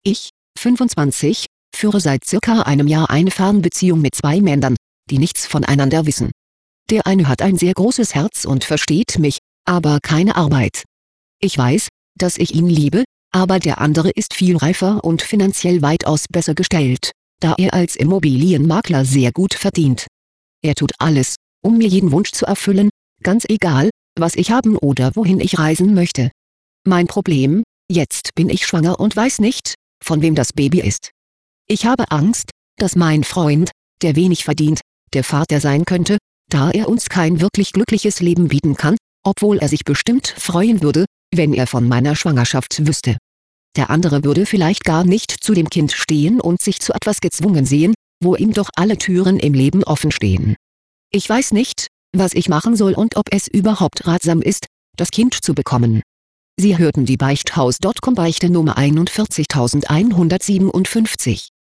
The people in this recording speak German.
Ich, 25, führe seit circa einem Jahr eine Fernbeziehung mit 2 Männern, die nichts voneinander wissen. Der eine hat ein sehr großes Herz und versteht mich, aber keine Arbeit. Ich weiß, dass ich ihn liebe, aber der andere ist viel reifer und finanziell weitaus besser gestellt, da er als Immobilienmakler sehr gut verdient. Er tut alles, um mir jeden Wunsch zu erfüllen, ganz egal, was ich haben oder wohin ich reisen möchte. Mein Problem: Jetzt bin ich schwanger und weiß nicht, von wem das Baby ist. Ich habe Angst, dass mein Freund, der wenig verdient, der Vater sein könnte, da er uns kein wirklich glückliches Leben bieten kann, obwohl er sich bestimmt freuen würde, wenn er von meiner Schwangerschaft wüsste. Der andere würde vielleicht gar nicht zu dem Kind stehen und sich zu etwas gezwungen sehen, wo ihm doch alle Türen im Leben offen stehen. Ich weiß nicht, was ich machen soll und ob es überhaupt ratsam ist, das Kind zu bekommen. Sie hörten die Beichthaus.com Beichte Nummer 41157.